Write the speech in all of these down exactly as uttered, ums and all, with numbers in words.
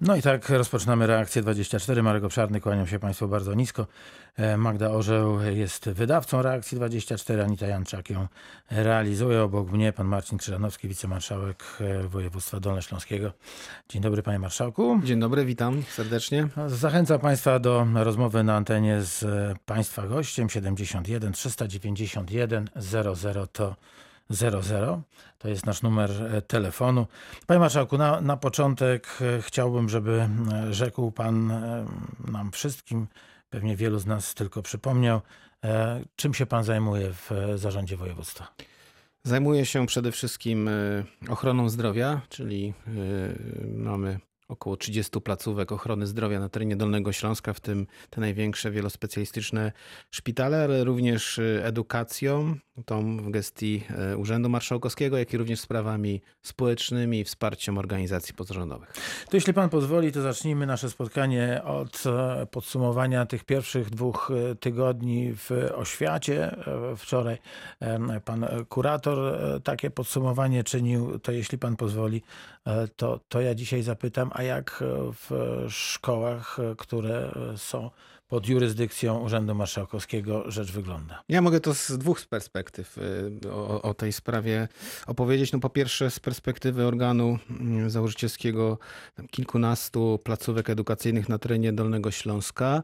No i tak rozpoczynamy Reakcję dwadzieścia cztery. Marek Obszarny, kłaniam się Państwu bardzo nisko. Magda Orzeł jest wydawcą Reakcji dwadzieścia cztery, Anita Janczak ją realizuje. Obok mnie pan Marcin Krzyżanowski, wicemarszałek województwa dolnośląskiego. Dzień dobry, panie marszałku. Dzień dobry, witam serdecznie. Zachęcam Państwa do rozmowy na antenie z Państwa gościem. siedemdziesiąt jeden trzysta dziewięćdziesiąt jeden zero zero to zero zero. To jest nasz numer telefonu. Panie marszałku, na, na początek chciałbym, żeby rzekł pan nam wszystkim, pewnie wielu z nas tylko przypomniał, czym się pan zajmuje w zarządzie województwa. Zajmuję się przede wszystkim ochroną zdrowia, czyli mamy około trzydziestu placówek ochrony zdrowia na terenie Dolnego Śląska, w tym te największe wielospecjalistyczne szpitale, ale również edukacją, tą w gestii Urzędu Marszałkowskiego, jak i również sprawami społecznymi i wsparciem organizacji pozarządowych. To jeśli pan pozwoli, to zacznijmy nasze spotkanie od podsumowania tych pierwszych dwóch tygodni w oświacie. Wczoraj pan kurator takie podsumowanie czynił, to jeśli pan pozwoli, to, to ja dzisiaj zapytam, a jak w szkołach, które są pod jurysdykcją Urzędu Marszałkowskiego, rzecz wygląda? Ja mogę to z dwóch perspektyw o, o tej sprawie opowiedzieć. No po pierwsze z perspektywy organu założycielskiego kilkunastu placówek edukacyjnych na terenie Dolnego Śląska.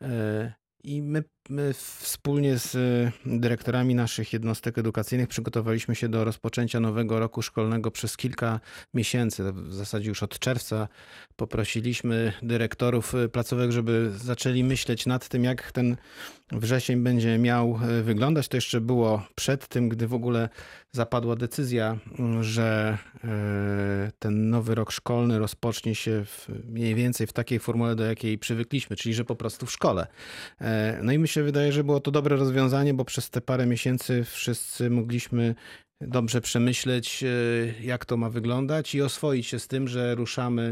I my, my wspólnie z dyrektorami naszych jednostek edukacyjnych przygotowaliśmy się do rozpoczęcia nowego roku szkolnego przez kilka miesięcy. W zasadzie już od czerwca poprosiliśmy dyrektorów placówek, żeby zaczęli myśleć nad tym, jak ten wrzesień będzie miał wyglądać. To jeszcze było przed tym, gdy w ogóle zapadła decyzja, że ten nowy rok szkolny rozpocznie się w, mniej więcej w takiej formule, do jakiej przywykliśmy, czyli że po prostu w szkole. No i mi się wydaje, że było to dobre rozwiązanie, bo przez te parę miesięcy wszyscy mogliśmy dobrze przemyśleć, jak to ma wyglądać i oswoić się z tym, że ruszamy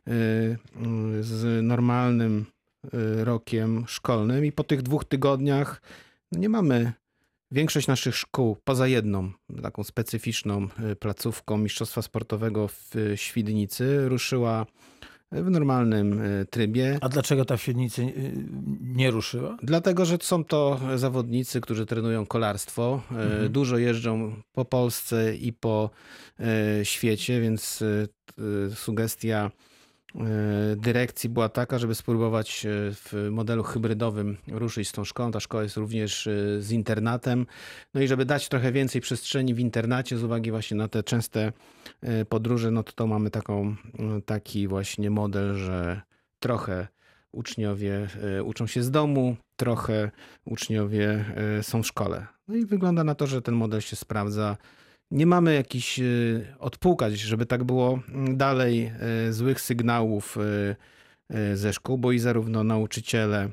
z normalnym rokiem szkolnym i po tych dwóch tygodniach nie mamy. Większość naszych szkół, poza jedną taką specyficzną placówką mistrzostwa sportowego w Świdnicy, ruszyła w normalnym trybie. A dlaczego ta w Świdnicy nie ruszyła? Dlatego, że są to zawodnicy, którzy trenują kolarstwo, mhm. dużo jeżdżą po Polsce i po świecie, więc sugestia dyrekcji była taka, żeby spróbować w modelu hybrydowym ruszyć z tą szkołą. Ta szkoła jest również z internatem. No i żeby dać trochę więcej przestrzeni w internacie z uwagi właśnie na te częste podróże, no to, to mamy taką, taki właśnie model, że trochę uczniowie uczą się z domu, trochę uczniowie są w szkole. No i wygląda na to, że ten model się sprawdza. Nie mamy jakichś odpukać, żeby tak było dalej, złych sygnałów ze szkół, bo i zarówno nauczyciele,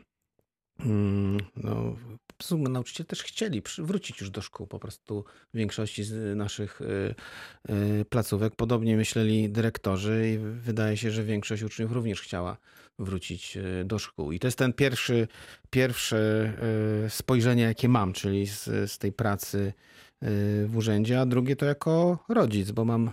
no, nauczyciele też chcieli wrócić już do szkół po prostu w większości z naszych placówek. Podobnie myśleli dyrektorzy i wydaje się, że większość uczniów również chciała wrócić do szkół. I to jest ten pierwszy, pierwsze spojrzenie, jakie mam, czyli z, z tej pracy w urzędzie, a drugie to jako rodzic, bo mam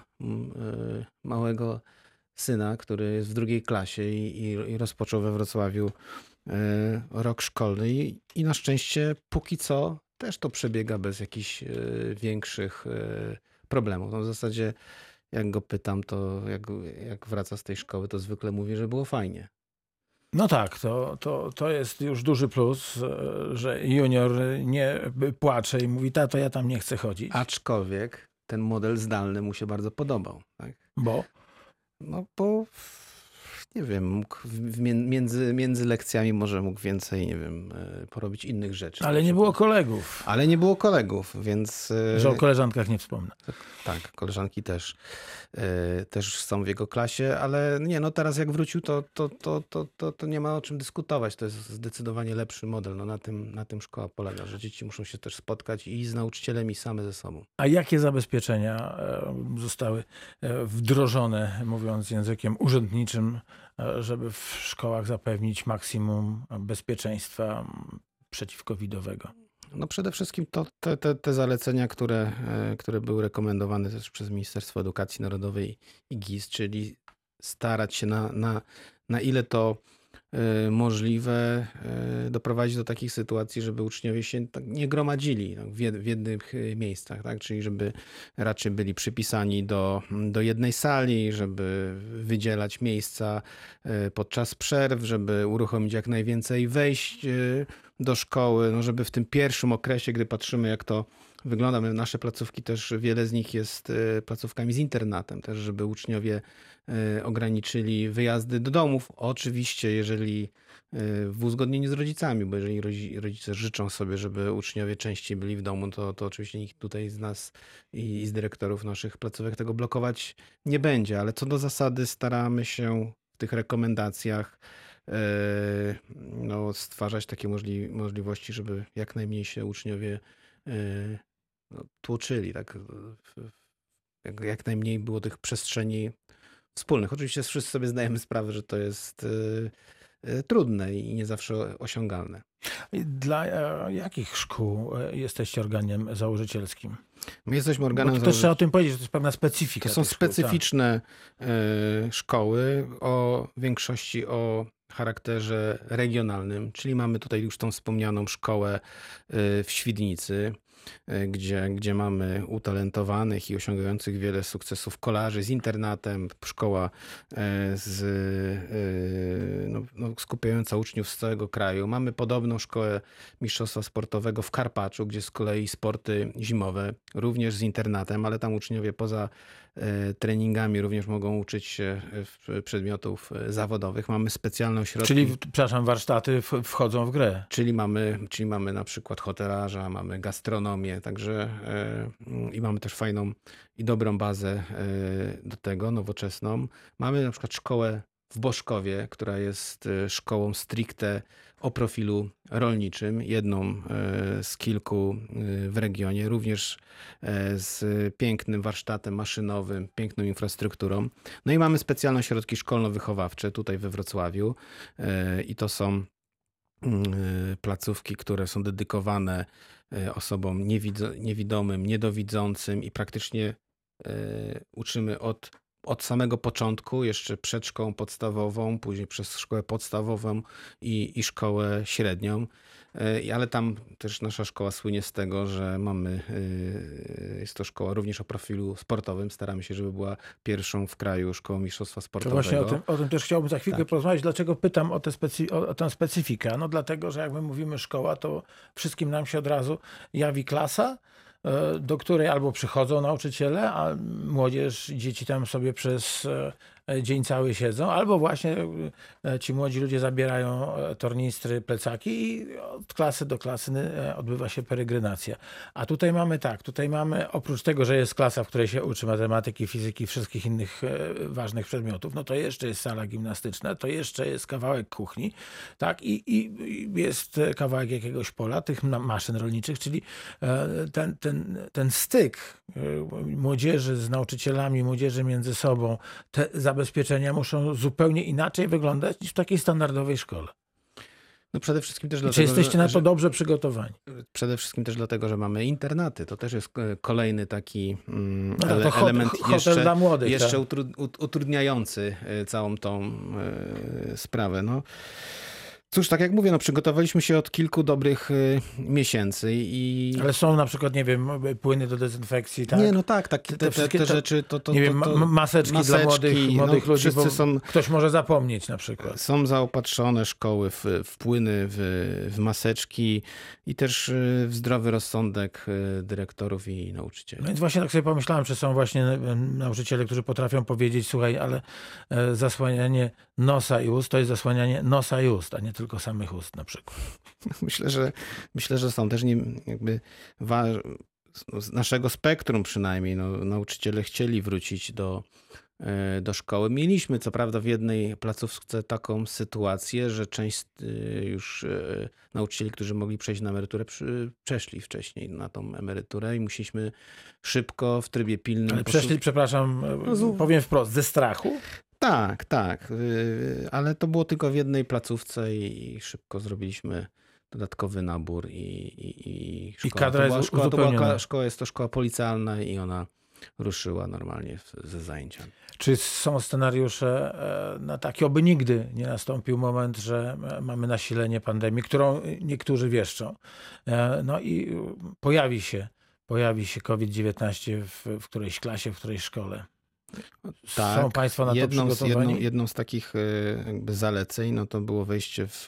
małego syna, który jest w drugiej klasie i, i, i rozpoczął we Wrocławiu rok szkolny i, i na szczęście póki co też to przebiega bez jakichś większych problemów. No w zasadzie jak go pytam, to jak, jak wraca z tej szkoły, to zwykle mówi, że było fajnie. No tak, to, to, to jest już duży plus, że junior nie płacze i mówi, tato, ja tam nie chcę chodzić. Aczkolwiek ten model zdalny mu się bardzo podobał. Tak? Bo? No bo nie wiem, mógł w, między, między lekcjami może mógł więcej, nie wiem, porobić innych rzeczy. Ale nie było kolegów. Ale nie było kolegów, więc... Że o koleżankach nie wspomnę. Tak, koleżanki też, też są w jego klasie, ale nie, no teraz jak wrócił, to, to, to, to, to, to nie ma o czym dyskutować. To jest zdecydowanie lepszy model. No na tym, na tym szkoła polega, że dzieci muszą się też spotkać i z nauczycielami, same ze sobą. A jakie zabezpieczenia zostały wdrożone, mówiąc językiem urzędniczym, żeby w szkołach zapewnić maksimum bezpieczeństwa przeciwkowidowego? No przede wszystkim to te, te, te zalecenia, które, które były rekomendowane też przez Ministerstwo Edukacji Narodowej i G I S, czyli starać się na, na, na ile to y, możliwe y, doprowadzić do takich sytuacji, żeby uczniowie się tak nie gromadzili tak, w, jed, w jednych y, miejscach, tak? Czyli żeby raczej byli przypisani do, do jednej sali, żeby wydzielać miejsca y, podczas przerw, żeby uruchomić jak najwięcej wejść y, do szkoły, no żeby w tym pierwszym okresie, gdy patrzymy jak to wygląda, nasze placówki też, wiele z nich jest y, placówkami z internatem, też żeby uczniowie y, ograniczyli wyjazdy do domów. Oczywiście, jeżeli y, w uzgodnieniu z rodzicami, bo jeżeli rodzi, rodzice życzą sobie, żeby uczniowie częściej byli w domu, to, to oczywiście nikt tutaj z nas i, i z dyrektorów naszych placówek tego blokować nie będzie, ale co do zasady staramy się w tych rekomendacjach y, no, stwarzać takie możli, możliwości, żeby jak najmniej się uczniowie y, no, tłoczyli, tak? Jak, jak najmniej było tych przestrzeni wspólnych. Oczywiście wszyscy sobie zdajemy sprawę, że to jest y, y, trudne i nie zawsze osiągalne. Dla e, jakich szkół jesteście organem założycielskim? My jesteśmy organem Bo to też trzeba o tym powiedzieć, że to jest pewna specyfika. To są tych szkół, specyficzne tak. y, szkoły, o większości o charakterze regionalnym, czyli mamy tutaj już tą wspomnianą szkołę y, w Świdnicy, Gdzie, gdzie mamy utalentowanych i osiągających wiele sukcesów kolarzy z internatem, szkoła z, no, no, skupiająca uczniów z całego kraju. Mamy podobną szkołę mistrzostwa sportowego w Karpaczu, gdzie z kolei sporty zimowe, również z internatem, ale tam uczniowie poza treningami również mogą uczyć się przedmiotów zawodowych. Mamy specjalne ośrodki. Czyli, przepraszam, warsztaty wchodzą w grę. Czyli mamy, czyli mamy na przykład hotelarza, mamy gastronomię, także yy, i mamy też fajną i dobrą bazę yy, do tego, nowoczesną. Mamy na przykład szkołę w Boszkowie, która jest szkołą stricte o profilu rolniczym, jedną z kilku w regionie, również z pięknym warsztatem maszynowym, piękną infrastrukturą. No i mamy specjalne ośrodki szkolno-wychowawcze tutaj we Wrocławiu i to są placówki, które są dedykowane osobom niewidomym, niedowidzącym i praktycznie uczymy od od samego początku, jeszcze przed szkołą podstawową, później przez szkołę podstawową i, i szkołę średnią. Ale tam też nasza szkoła słynie z tego, że mamy, jest to szkoła również o profilu sportowym. Staramy się, żeby była pierwszą w kraju szkołą mistrzostwa sportowego. To właśnie o tym, o tym też chciałbym za chwilkę tak. porozmawiać. Dlaczego pytam o, tę specy, o, o tę specyfikę? No dlatego, że jak my mówimy szkoła, to wszystkim nam się od razu jawi klasa, do której albo przychodzą nauczyciele, a młodzież, dzieci tam sobie przez dzień cały siedzą, albo właśnie ci młodzi ludzie zabierają tornistry, plecaki i od klasy do klasy odbywa się peregrinacja. A tutaj mamy tak, tutaj mamy oprócz tego, że jest klasa, w której się uczy matematyki, fizyki, wszystkich innych ważnych przedmiotów, no to jeszcze jest sala gimnastyczna, to jeszcze jest kawałek kuchni, tak, i, i jest kawałek jakiegoś pola, tych maszyn rolniczych, czyli ten, ten, ten styk młodzieży z nauczycielami, młodzieży między sobą, te zabezpieczenia muszą zupełnie inaczej wyglądać niż w takiej standardowej szkole. No przede wszystkim też dlatego, Czy jesteście że, na to że, dobrze przygotowani? Przede wszystkim też dlatego, że mamy internaty. To też jest kolejny taki mm, no, ele, element jeszcze, dla młodych, jeszcze tak? utrudniający całą tą y, sprawę. No. Cóż, tak jak mówię, no przygotowaliśmy się od kilku dobrych y, miesięcy i... Ale są na przykład, nie wiem, płyny do dezynfekcji, tak? Nie, no tak, tak te, te, te, te rzeczy to... to nie to, wiem, to, maseczki, maseczki dla młodych, młodych no, ludzi, bo są, ktoś może zapomnieć na przykład. Są zaopatrzone szkoły w, w płyny, w, w maseczki i też w zdrowy rozsądek dyrektorów i nauczycieli. No więc właśnie tak sobie pomyślałem, czy są właśnie nauczyciele, którzy potrafią powiedzieć, słuchaj, ale zasłanianie nosa i ust to jest zasłanianie nosa i ust, a nie tylko samych ust na przykład. Myślę, że myślę, że są też nie, jakby wa- z naszego spektrum przynajmniej no, nauczyciele chcieli wrócić do, do szkoły. Mieliśmy co prawda w jednej placówce taką sytuację, że część już nauczycieli, którzy mogli przejść na emeryturę, przeszli wcześniej na tą emeryturę i musieliśmy szybko w trybie pilnym... Ale przeszli, przepraszam, no, powiem wprost, ze strachu? Tak, tak, ale to było tylko w jednej placówce i szybko zrobiliśmy dodatkowy nabór i, i, i szkoła, I kadra to była, jest szkoła, to była, uzupełniona. szkoła jest to szkoła policjalna i ona ruszyła normalnie ze zajęciami. Czy są scenariusze na taki, oby nigdy nie nastąpił moment, że mamy nasilenie pandemii, którą niektórzy wieszczą, no i pojawi się, pojawi się kowid dziewiętnaście w, w którejś klasie, w którejś szkole? Tak, są Państwo na jedną to z, przygotowani? jedną, jedną z takich jakby zaleceń no to było wejście w,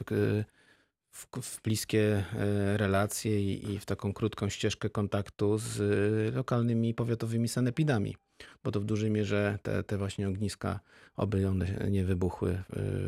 w, w bliskie relacje i, i w taką krótką ścieżkę kontaktu z lokalnymi powiatowymi sanepidami, bo to w dużej mierze te, te właśnie ogniska, oby one nie wybuchły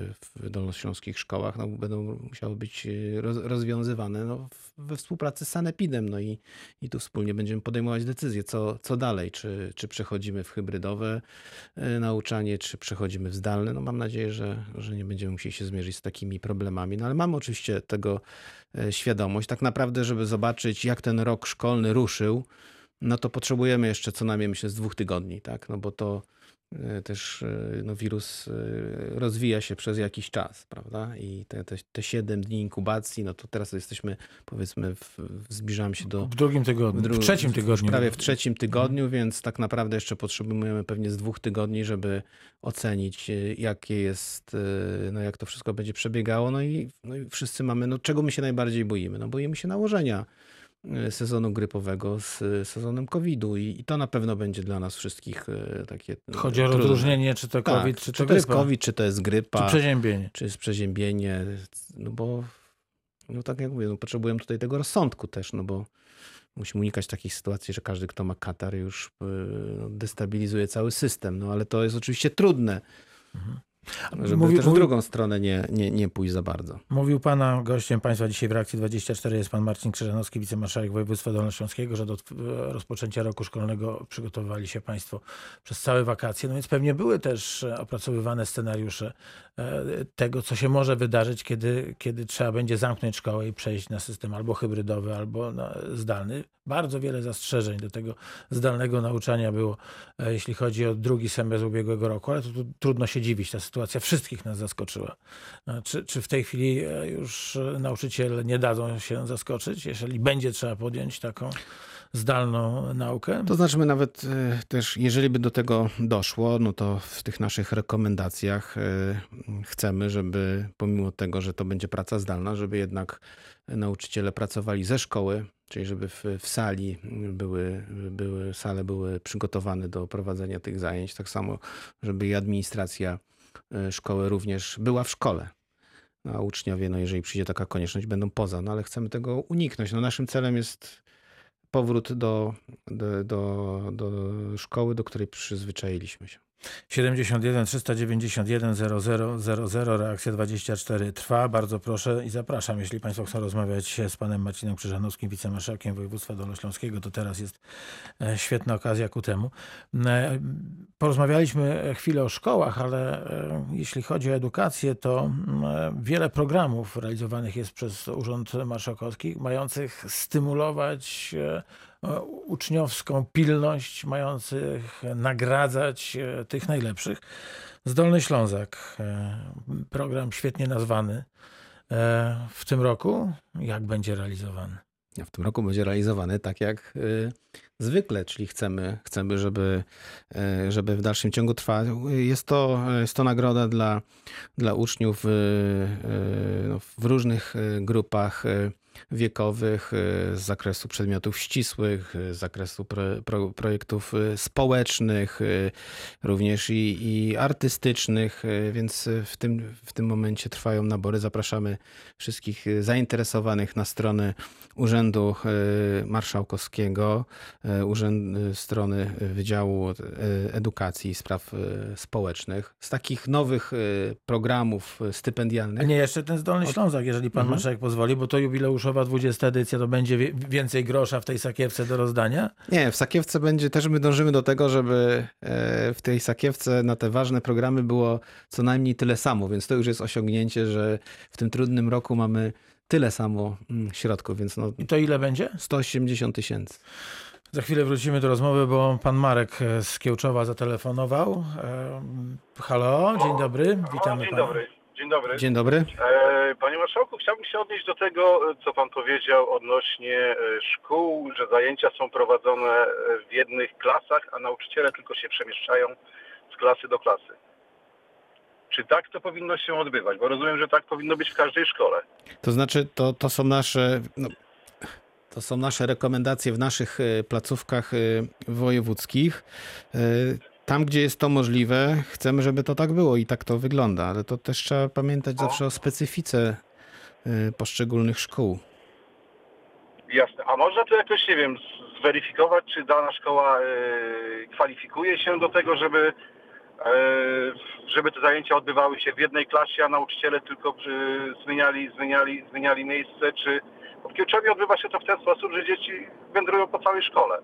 w dolnośląskich szkołach, no będą musiały być roz, rozwiązywane no we współpracy z sanepidem. No i, i tu wspólnie będziemy podejmować decyzje, co, co dalej, czy, czy przechodzimy w hybrydowe nauczanie, czy przechodzimy w zdalne. No mam nadzieję, że, że nie będziemy musieli się zmierzyć z takimi problemami. No ale mamy oczywiście tego świadomość. Tak naprawdę, żeby zobaczyć, jak ten rok szkolny ruszył, no to potrzebujemy jeszcze co najmniej, myślę, z dwóch tygodni, tak? No bo to też no, wirus rozwija się przez jakiś czas, prawda? I te, te, te siedem dni inkubacji, no to teraz jesteśmy, powiedzmy, w, zbliżamy się do... W drugim tygodniu, w, dru... w trzecim tygodniu. Prawie w trzecim tygodniu, mhm. Więc tak naprawdę jeszcze potrzebujemy pewnie z dwóch tygodni, żeby ocenić, jakie jest, no jak to wszystko będzie przebiegało. No i, no i wszyscy mamy, no czego my się najbardziej boimy? No boimy się nałożenia sezonu grypowego z sezonem kowida i, i to na pewno będzie dla nas wszystkich takie Chodzi o rozróżnienie, czy to COVID, tak, czy to czy to grypa. jest COVID, czy to jest grypa. Czy przeziębienie. Czy jest przeziębienie, no bo no tak jak mówię, no potrzebujemy tutaj tego rozsądku też, no bo musimy unikać takich sytuacji, że każdy, kto ma katar, już no, destabilizuje cały system, no ale to jest oczywiście trudne. Mhm. Żeby Mówi, też w drugą stronę nie, nie, nie pójść za bardzo. Mówił pana, gościem państwa dzisiaj w Reakcji dwadzieścia cztery jest pan Marcin Krzyżanowski, wicemarszałek województwa dolnośląskiego, że do rozpoczęcia roku szkolnego przygotowywali się państwo przez całe wakacje. No więc pewnie były też opracowywane scenariusze tego, co się może wydarzyć, kiedy, kiedy trzeba będzie zamknąć szkołę i przejść na system albo hybrydowy, albo na zdalny. Bardzo wiele zastrzeżeń do tego zdalnego nauczania było, jeśli chodzi o drugi semestr ubiegłego roku, ale to tu trudno się dziwić. Ta sytuacja wszystkich nas zaskoczyła. Czy, czy w tej chwili już nauczyciele nie dadzą się zaskoczyć, jeżeli będzie trzeba podjąć taką zdalną naukę? To znaczy my nawet też, jeżeli by do tego doszło, no to w tych naszych rekomendacjach chcemy, żeby pomimo tego, że to będzie praca zdalna, żeby jednak nauczyciele pracowali ze szkoły, czyli żeby w, w sali były, były, sale były przygotowane do prowadzenia tych zajęć. Tak samo, żeby i administracja szkoły również była w szkole. No, a uczniowie, no jeżeli przyjdzie taka konieczność, będą poza. No ale chcemy tego uniknąć. No, naszym celem jest powrót do, do, do, do szkoły, do której przyzwyczailiśmy się. siedemdziesiąt jeden trzysta dziewięćdziesiąt jeden zero zero zero zero, reakcja dwadzieścia cztery trwa. Bardzo proszę i zapraszam, jeśli państwo chcą rozmawiać z panem Marcinem Krzyżanowskim, wicemarszałkiem województwa dolnośląskiego, to teraz jest świetna okazja ku temu. Porozmawialiśmy chwilę o szkołach, ale jeśli chodzi o edukację, to wiele programów realizowanych jest przez Urząd Marszałkowski, mających stymulować uczniowską pilność, mających nagradzać tych najlepszych. Zdolny Ślązak, program świetnie nazwany. W tym roku jak będzie realizowany? W tym roku będzie realizowany tak jak zwykle, czyli chcemy, chcemy żeby, żeby w dalszym ciągu trwał. Jest to, jest to nagroda dla, dla uczniów w różnych grupach wiekowych, z zakresu przedmiotów ścisłych, z zakresu pro, pro, projektów społecznych, również i, i artystycznych, więc w tym, w tym momencie trwają nabory. Zapraszamy wszystkich zainteresowanych na stronę Urzędu Marszałkowskiego, urząd, strony Wydziału Edukacji i Spraw Społecznych. Z takich nowych programów stypendialnych. A nie, jeszcze ten Zdolny Ślązak, jeżeli pan mhm. marszałek pozwoli, bo to jubileuszowa dwudziesta edycja, to będzie więcej grosza w tej sakiewce do rozdania? Nie, w sakiewce będzie, też my dążymy do tego, żeby w tej sakiewce na te ważne programy było co najmniej tyle samo, więc to już jest osiągnięcie, że w tym trudnym roku mamy tyle samo środków, więc no... I to ile będzie? sto osiemdziesiąt tysięcy. Za chwilę wrócimy do rozmowy, bo pan Marek z Kiełczowa zatelefonował. Halo, dzień dobry, witamy Dzień pana. dobry, dzień dobry. Dzień dobry. E, Panie Marszałku, chciałbym się odnieść do tego, co Pan powiedział odnośnie szkół, że zajęcia są prowadzone w jednych klasach, a nauczyciele tylko się przemieszczają z klasy do klasy. Czy tak to powinno się odbywać? Bo rozumiem, że tak powinno być w każdej szkole. To znaczy, to, to są nasze... No... To są nasze rekomendacje w naszych placówkach wojewódzkich. Tam, gdzie jest to możliwe, chcemy, żeby to tak było i tak to wygląda, ale to też trzeba pamiętać o. zawsze o specyfice poszczególnych szkół. Jasne. A można to jakoś, nie wiem, zweryfikować, czy dana szkoła kwalifikuje się do tego, żeby, żeby te zajęcia odbywały się w jednej klasie, a nauczyciele tylko zmieniali, zmieniali, zmieniali miejsce, czy... W Kiełczowie odbywa się to w ten sposób, że dzieci wędrują po całej szkole.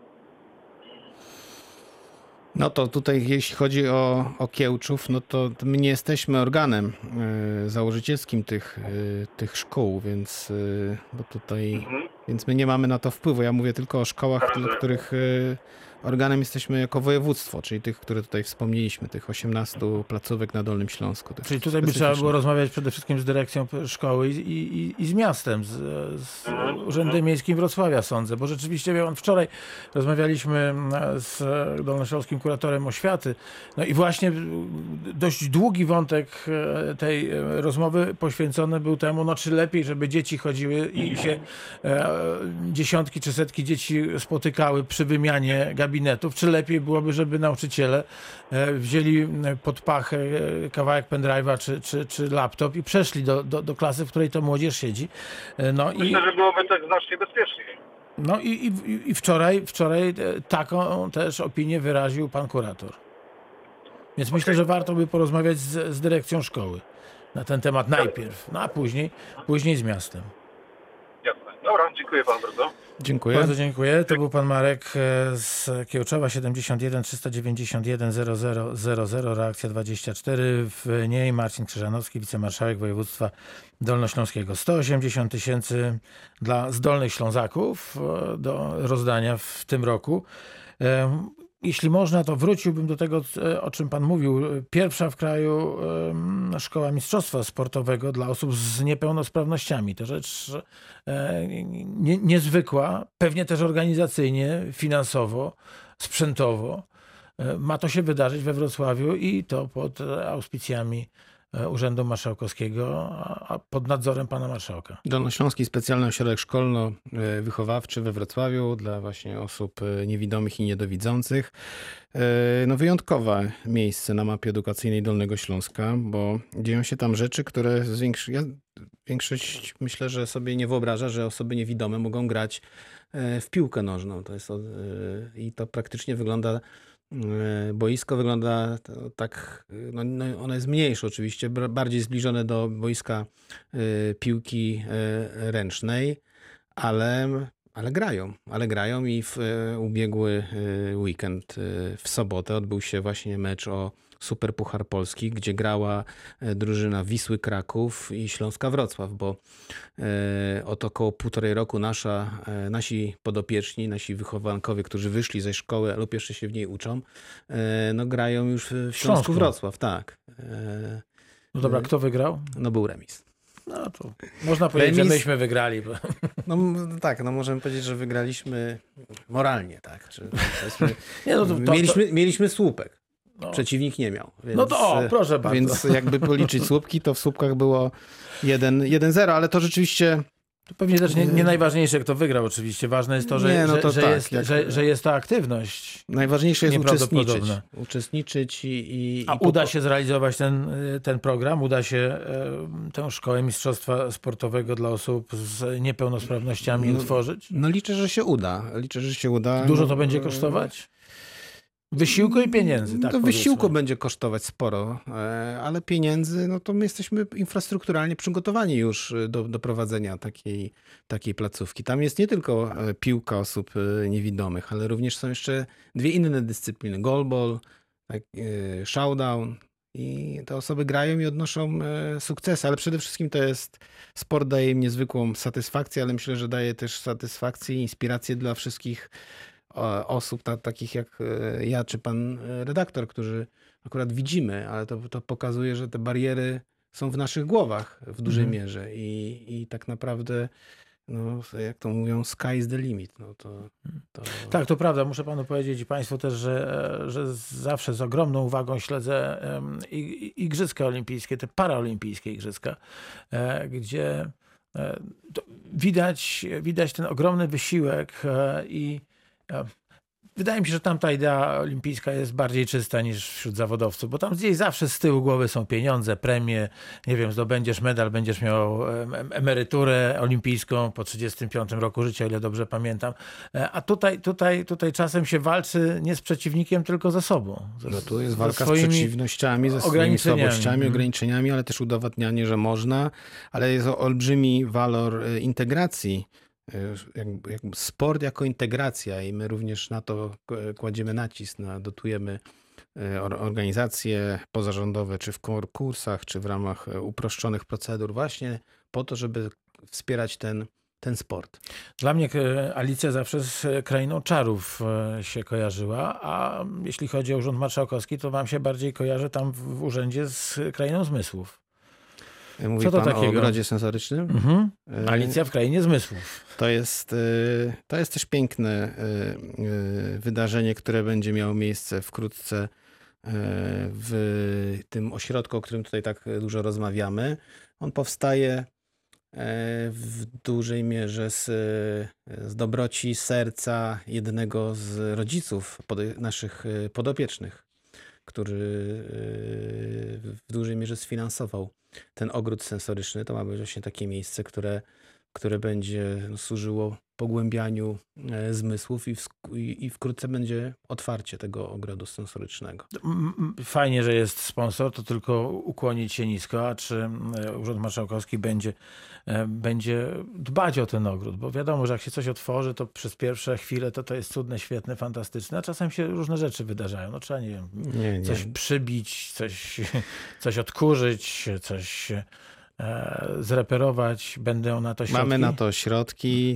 No to tutaj jeśli chodzi o, o Kiełczów, no to my nie jesteśmy organem y, założycielskim tych, y, tych szkół, więc, y, bo tutaj, mhm. więc my nie mamy na to wpływu. Ja mówię tylko o szkołach, do których y, organem jesteśmy jako województwo, czyli tych, które tutaj wspomnieliśmy, tych osiemnastu placówek na Dolnym Śląsku. Czyli tutaj by trzeba było rozmawiać przede wszystkim z dyrekcją szkoły i, i, i z miastem, z, z Urzędem Miejskim Wrocławia, sądzę, bo rzeczywiście wie, wczoraj rozmawialiśmy z dolnośląskim kuratorem oświaty, no i właśnie dość długi wątek tej rozmowy poświęcony był temu, no czy lepiej, żeby dzieci chodziły i się e, dziesiątki czy setki dzieci spotykały przy wymianie gabinetów, czy lepiej byłoby, żeby nauczyciele wzięli pod pachę kawałek pendrive'a czy, czy, czy laptop i przeszli do, do, do klasy, w której to młodzież siedzi. No Myślę, i, że byłoby tak znacznie bezpieczniej. No i, i, i wczoraj, wczoraj taką też opinię wyraził pan kurator. Więc okay. myślę, że warto by porozmawiać z, z dyrekcją szkoły na ten temat najpierw, no a później, później z miastem. Jasne. Dobra, dziękuję panu bardzo. Dziękuję. Bardzo dziękuję. To był pan Marek z Kiełczowa, siedemdziesiąt jeden trzysta dziewięćdziesiąt jeden zero zero zero zero, reakcja dwadzieścia cztery. W niej Marcin Krzyżanowski, wicemarszałek województwa dolnośląskiego. sto osiemdziesiąt tysięcy dla zdolnych Ślązaków do rozdania w tym roku. Jeśli można, to wróciłbym do tego, o czym pan mówił. Pierwsza w kraju szkoła mistrzostwa sportowego dla osób z niepełnosprawnościami. To rzecz nie, niezwykła, pewnie też organizacyjnie, finansowo, sprzętowo. Ma to się wydarzyć we Wrocławiu i to pod auspicjami Urzędu Marszałkowskiego, a pod nadzorem pana marszałka. Dolnośląski Specjalny Ośrodek Szkolno-Wychowawczy we Wrocławiu dla właśnie osób niewidomych i niedowidzących. No wyjątkowe miejsce na mapie edukacyjnej Dolnego Śląska, bo dzieją się tam rzeczy, które zwiększy... ja, większość myślę, że sobie nie wyobraża, że osoby niewidome mogą grać w piłkę nożną. To jest... I to praktycznie wygląda... Boisko wygląda tak, no, no ono jest mniejsze oczywiście, bardziej zbliżone do boiska y, piłki y, ręcznej, ale, ale grają, ale grają i w y, ubiegły y, weekend y, w sobotę odbył się właśnie mecz o Super Puchar Polski, gdzie grała drużyna Wisły Kraków i Śląska Wrocław, bo e, od około półtorej roku nasza, e, nasi podopieczni, nasi wychowankowie, którzy wyszli ze szkoły lub jeszcze się w niej uczą, e, no grają już w Śląsku, Śląsku. Wrocław, tak. E, no dobra, kto wygrał? No był remis. No to można powiedzieć, remis, że myśmy wygrali. Bo... No tak, no możemy powiedzieć, że wygraliśmy moralnie, tak. Czy, Nie, no to, to, mieliśmy, to... mieliśmy słupek. No. Przeciwnik nie miał. Więc, no to o, proszę bardzo. Więc jakby policzyć słupki, to w słupkach było jeden zero, ale to rzeczywiście... To pewnie też nie, nie najważniejsze, kto wygrał oczywiście. Ważne jest to, że, nie, no to że, tak, że, jest, jak... że, że jest to aktywność. Najważniejsze jest uczestniczyć. Uczestniczyć i... i A i uda po... się zrealizować ten, ten program? Uda się e, tę szkołę mistrzostwa sportowego dla osób z niepełnosprawnościami no, utworzyć? No liczę, że się uda. Liczę, że się uda. Dużo to będzie kosztować? Wysiłku i pieniędzy, tak. To wysiłku będzie kosztować sporo, ale pieniędzy, no to my jesteśmy infrastrukturalnie przygotowani już do, do prowadzenia takiej, takiej placówki. Tam jest nie tylko piłka osób niewidomych, ale również są jeszcze dwie inne dyscypliny. Goalball, tak, showdown i te osoby grają i odnoszą sukcesy, ale przede wszystkim to jest, sport daje im niezwykłą satysfakcję, ale myślę, że daje też satysfakcję i inspirację dla wszystkich osób ta, takich jak ja czy pan redaktor, którzy akurat widzimy, ale to, to pokazuje, że te bariery są w naszych głowach w dużej Mhm. mierze i, i tak naprawdę, no, jak to mówią, sky is the limit. No to, to... Tak, to prawda. Muszę panu powiedzieć i państwu też, że, że zawsze z ogromną uwagą śledzę em, i- i- Igrzyska Olimpijskie, te paraolimpijskie Igrzyska, e, gdzie e, to widać, widać ten ogromny wysiłek e, i e, wydaje mi się, że tam ta idea olimpijska jest bardziej czysta niż wśród zawodowców, bo tam gdzieś zawsze z tyłu głowy są pieniądze, premie, nie wiem, zdobędziesz medal, będziesz miał em, em, emeryturę olimpijską po trzydziestym piątym roku życia, o ile dobrze pamiętam. E, A tutaj, tutaj, tutaj czasem się walczy nie z przeciwnikiem, tylko ze sobą. Ze, No tu jest ze walka z swoimi przeciwnościami, ze swoimi ograniczeniami. słabościami, Mhm. ograniczeniami, ale też udowadnianie, że można, ale jest olbrzymi walor e, integracji. e, Jakby, jakby sport jako integracja i my również na to k- kładziemy nacisk, na, dotujemy e, or- organizacje pozarządowe, czy w konkursach, czy w ramach e, uproszczonych procedur właśnie po to, żeby wspierać ten, ten sport. Dla mnie e, Alicja zawsze z Krainą Czarów e, się kojarzyła, a jeśli chodzi o Urząd Marszałkowski, to wam się bardziej kojarzy tam w, w urzędzie z Krainą Zmysłów. E, Mówi Co to pan o takiego? ogrodzie sensorycznym? Mhm. E, Alicja w Krainie Zmysłów. To jest, y, to jest też piękne y, y, wydarzenie, które będzie miało miejsce wkrótce y, w tym ośrodku, o którym tutaj tak dużo rozmawiamy. On powstaje y, w dużej mierze z, z dobroci serca jednego z rodziców pod, naszych y, podopiecznych, który y, w dużej mierze sfinansował ten ogród sensoryczny. To ma być właśnie takie miejsce, które które będzie służyło pogłębianiu e, zmysłów i, w, i, i wkrótce będzie otwarcie tego ogrodu sensorycznego. M- m- Fajnie, że jest sponsor, to tylko ukłonić się nisko, a czy e, Urząd Marszałkowski będzie, e, będzie dbać o ten ogród, bo wiadomo, że jak się coś otworzy, to przez pierwsze chwile to to jest cudne, świetne, fantastyczne, a czasem się różne rzeczy wydarzają. No trzeba, nie wiem, Nie, nie. coś przybić, coś, coś odkurzyć, coś e, zreperować. Będą na to środki? Mamy na to środki,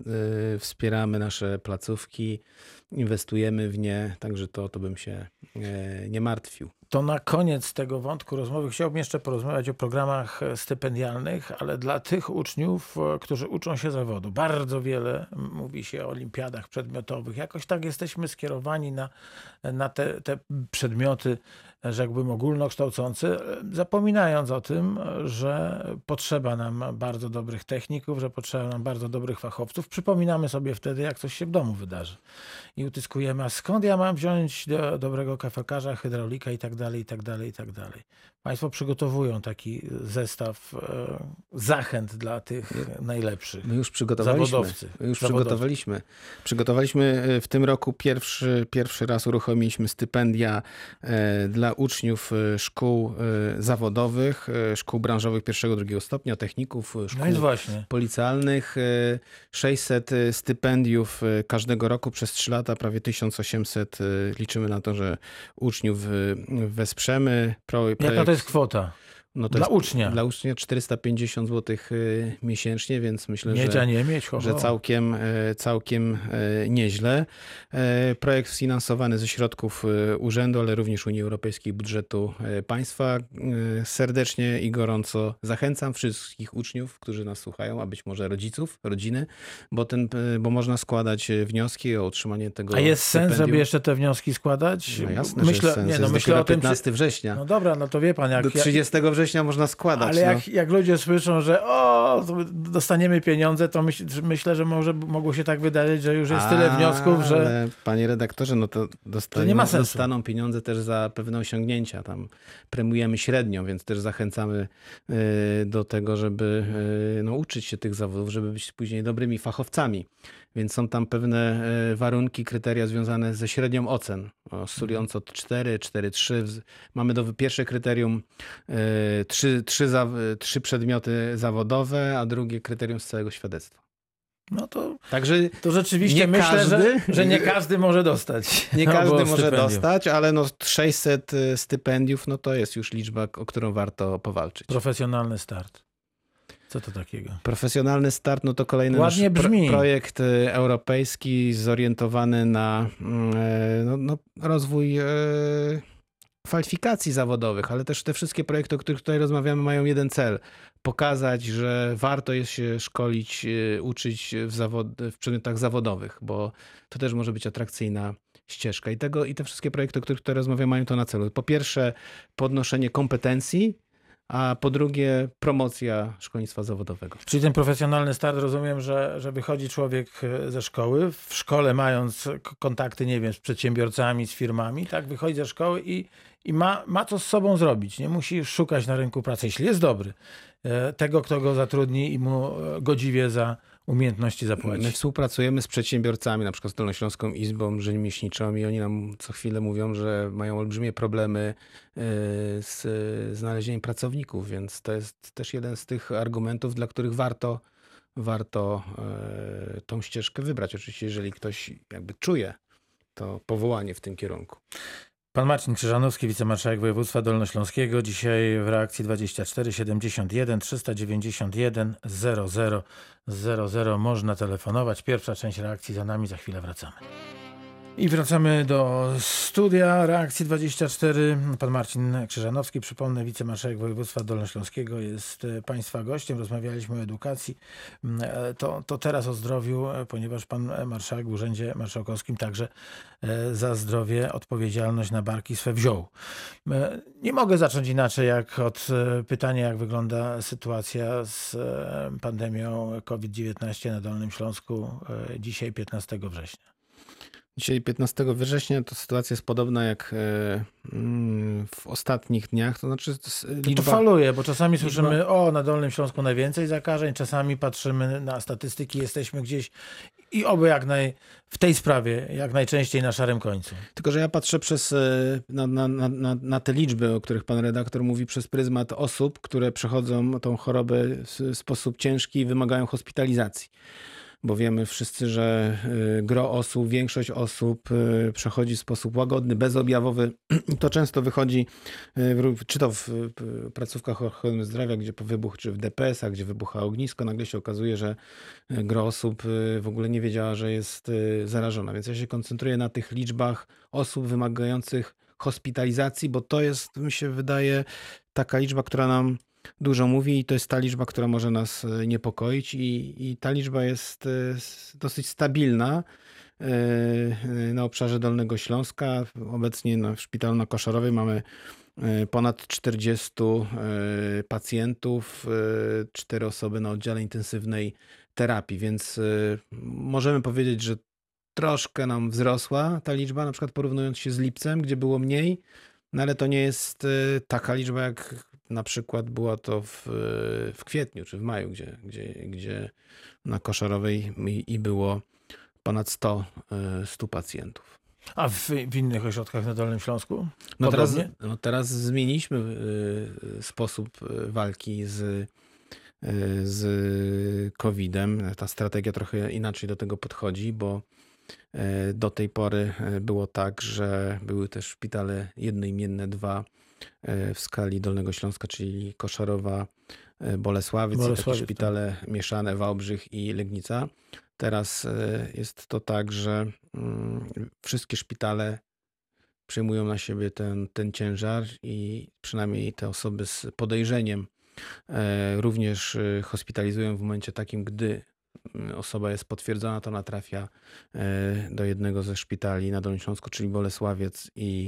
y, wspieramy nasze placówki, inwestujemy w nie, także to, to bym się e, nie martwił. To na koniec tego wątku rozmowy chciałbym jeszcze porozmawiać o programach stypendialnych, ale dla tych uczniów, e, którzy uczą się zawodu. Bardzo wiele mówi się o olimpiadach przedmiotowych. Jakoś tak jesteśmy skierowani na, na te, te przedmioty, rzekłbym, ogólnokształcące, zapominając o tym, że potrzeba nam bardzo dobrych techników, że potrzeba nam bardzo dobrych fachowców. Przypominamy sobie wtedy, jak coś się w domu wydarzy. I utyskujemy, a skąd ja mam wziąć do, dobrego kafelkarza, hydraulika i tak dalej, i tak dalej, i tak dalej. Państwo przygotowują taki zestaw e, zachęt dla tych najlepszych. My już przygotowaliśmy. Zawodowcy. My już Zawodowcy. przygotowaliśmy. Przygotowaliśmy w tym roku pierwszy, pierwszy raz uruchomiliśmy stypendia e, dla uczniów e, szkół e, zawodowych, e, szkół branżowych pierwszego, drugiego stopnia, techników, e, szkół No jest właśnie. policealnych. e, sześćset stypendiów e, każdego roku przez trzy lata, prawie tysiąc osiemset. e, Liczymy na to, że uczniów e, wesprzemy. Pro, Jaka to jest kwota? no to Dla jest, ucznia. Dla ucznia czterysta pięćdziesiąt złotych y, miesięcznie, więc myślę, Mieć, że, a nie mieć. Ho, ho. że całkiem, y, całkiem y, nieźle. Y, Projekt sfinansowany ze środków y, urzędu, ale również Unii Europejskiej, budżetu y, państwa. Y, Serdecznie i gorąco zachęcam wszystkich uczniów, którzy nas słuchają, a być może rodziców, rodziny, bo, ten, y, bo można składać y, wnioski o otrzymanie tego A jest sens, stypendium. żeby jeszcze te wnioski składać? No jasne, myślę, że jest sens. Nie, no Jest myślę dopiero o tym, czy- piętnastego września. No dobra, no to wie pan, jak... Do trzydziestego września można składać. Ale no. jak, jak ludzie słyszą, że o, to dostaniemy pieniądze, to myśl, myślę, że może mogło się tak wydarzyć, że już jest tyle wniosków, że... Ale, panie redaktorze, no to, dostaną, To nie ma sensu. dostaną pieniądze też za pewne osiągnięcia. Tam premiujemy średnią, więc też zachęcamy y, do tego, żeby y, no, uczyć się tych zawodów, żeby być później dobrymi fachowcami. Więc są tam pewne y, warunki, kryteria związane ze średnią ocen, oscylując od cztery, cztery, trzy. Mamy do pierwsze kryterium y, trzy, trzy, za, trzy przedmioty zawodowe, a drugie kryterium z całego świadectwa. No to, Także to rzeczywiście nie myślę, każdy- że, że nie każdy może dostać. nie każdy Albo może stypendium. dostać, ale no sześćset stypendiów, no to jest już liczba, o którą warto powalczyć. Profesjonalny start. Co to takiego? Profesjonalny start, no to kolejny Ładnie nasz brzmi. pro, projekt y, europejski zorientowany na mm, e, no, no, rozwój e, kwalifikacji zawodowych, ale też te wszystkie projekty, o których tutaj rozmawiamy, mają jeden cel. Pokazać, że warto jest się szkolić, uczyć w, zawod... w przedmiotach zawodowych, bo to też może być atrakcyjna ścieżka. I, tego, i te wszystkie projekty, o których tutaj rozmawiamy, mają to na celu. Po pierwsze, podnoszenie kompetencji, a po drugie promocja szkolnictwa zawodowego. Czyli ten profesjonalny start, rozumiem, że, że wychodzi człowiek ze szkoły, w szkole mając kontakty, nie wiem, z przedsiębiorcami, z firmami, tak, wychodzi ze szkoły i, i ma, ma co z sobą zrobić. Nie musi szukać na rynku pracy, jeśli jest dobry, tego, kto go zatrudni i mu godziwie za umiejętności zapłaci. My współpracujemy z przedsiębiorcami, na przykład z Dolnośląską Izbą Rzemieślniczą i oni nam co chwilę mówią, że mają olbrzymie problemy z znalezieniem pracowników, więc to jest też jeden z tych argumentów, dla których warto, warto tą ścieżkę wybrać. Oczywiście, jeżeli ktoś jakby czuje to powołanie w tym kierunku. Pan Marcin Krzyżanowski, wicemarszałek województwa dolnośląskiego. Dzisiaj w reakcji dwadzieścia cztery siedemdziesiąt jeden trzysta dziewięćdziesiąt jeden zero zero zero zero można telefonować. Pierwsza część reakcji za nami, za chwilę wracamy. I wracamy do studia Reakcji dwadzieścia cztery. Pan Marcin Krzyżanowski, przypomnę, wicemarszałek województwa dolnośląskiego, jest Państwa gościem. Rozmawialiśmy o edukacji. To, to teraz o zdrowiu, ponieważ pan marszałek w Urzędzie Marszałkowskim także za zdrowie odpowiedzialność na barki swe wziął. Nie mogę zacząć inaczej jak od pytania, jak wygląda sytuacja z pandemią COVID dziewiętnaście na Dolnym Śląsku dzisiaj, piętnastego września. Dzisiaj piętnastego września to sytuacja jest podobna jak w ostatnich dniach, to znaczy liczba... To faluje, bo czasami liczba... słyszymy, o, na Dolnym Śląsku najwięcej zakażeń, czasami patrzymy na statystyki, jesteśmy gdzieś i oby jak naj... w tej sprawie jak najczęściej na szarym końcu. Tylko że ja patrzę przez, na, na, na, na te liczby, o których pan redaktor mówi, przez pryzmat osób, które przechodzą tą chorobę w sposób ciężki i wymagają hospitalizacji. Bo wiemy wszyscy, że gro osób, większość osób przechodzi w sposób łagodny, bezobjawowy. To często wychodzi, czy to w placówkach ochrony zdrowia, gdzie po wybuchu, czy w D P S-ach, gdzie wybucha ognisko, nagle się okazuje, że gro osób w ogóle nie wiedziała, że jest zarażona. Więc ja się koncentruję na tych liczbach osób wymagających hospitalizacji, bo to jest, mi się wydaje, taka liczba, która nam dużo mówi i to jest ta liczba, która może nas niepokoić i, i ta liczba jest dosyć stabilna na obszarze Dolnego Śląska. Obecnie w szpitalu na Koszorowej mamy ponad czterdziestu pacjentów, cztery osoby na oddziale intensywnej terapii, więc możemy powiedzieć, że troszkę nam wzrosła ta liczba, na przykład porównując się z lipcem, gdzie było mniej, no ale to nie jest taka liczba jak na przykład była to w, w kwietniu czy w maju, gdzie, gdzie, gdzie na Koszorowej i, i było ponad sto, stu pacjentów. A w, w innych ośrodkach na Dolnym Śląsku? No teraz, no teraz zmieniliśmy sposób walki z, z kowidem. Ta strategia trochę inaczej do tego podchodzi, bo do tej pory było tak, że były też szpitale jednoimienne, dwa w skali Dolnego Śląska, czyli Koszorowa, Bolesławiec, Bolesławiec i takie szpitale tak. mieszane, Wałbrzych i Legnica. Teraz jest to tak, że wszystkie szpitale przejmują na siebie ten, ten ciężar i przynajmniej te osoby z podejrzeniem również hospitalizują w momencie takim, gdy osoba jest potwierdzona, to ona trafia do jednego ze szpitali na Dolnym Śląsku, czyli Bolesławiec i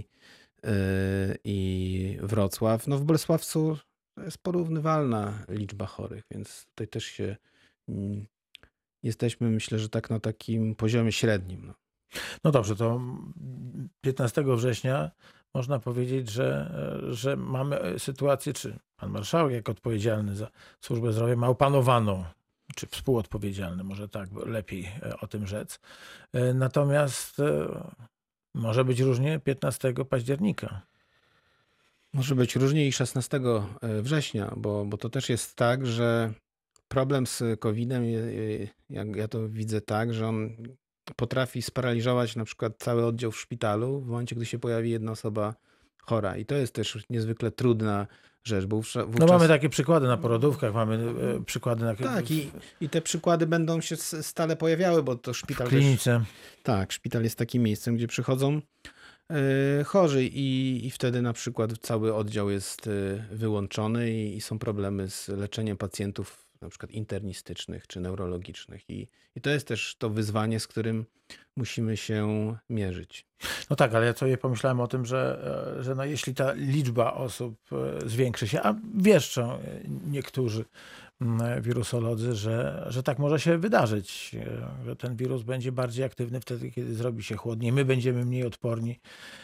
i Wrocław. No w Bolesławcu jest porównywalna liczba chorych, więc tutaj też się jesteśmy, myślę, że tak na takim poziomie średnim. No, no dobrze, to piętnastego września można powiedzieć, że, że mamy sytuację, czy pan marszałek jako odpowiedzialny za służbę zdrowia ma opanowaną, czy współodpowiedzialny, może tak lepiej o tym rzec. Natomiast może być różnie piętnastego października. Może być różnie i szesnastego września, bo, bo to też jest tak, że problem z kowidem, jak ja to widzę tak, że on potrafi sparaliżować na przykład cały oddział w szpitalu w momencie, gdy się pojawi jedna osoba chora. I to jest też niezwykle trudna rzecz. Bo wówczas... No mamy takie przykłady na porodówkach, mamy przykłady na... Tak i, i te przykłady będą się stale pojawiały, bo to szpital... W klinice. Też... Tak, szpital jest takim miejscem, gdzie przychodzą chorzy i, i wtedy na przykład cały oddział jest wyłączony i, i są problemy z leczeniem pacjentów na przykład internistycznych czy neurologicznych i, i to jest też to wyzwanie, z którym musimy się mierzyć. No tak, ale ja sobie pomyślałem o tym, że, że no jeśli ta liczba osób zwiększy się, a wieszczą niektórzy wirusolodzy, że, że tak może się wydarzyć, że ten wirus będzie bardziej aktywny wtedy, kiedy zrobi się chłodniej, my będziemy mniej odporni.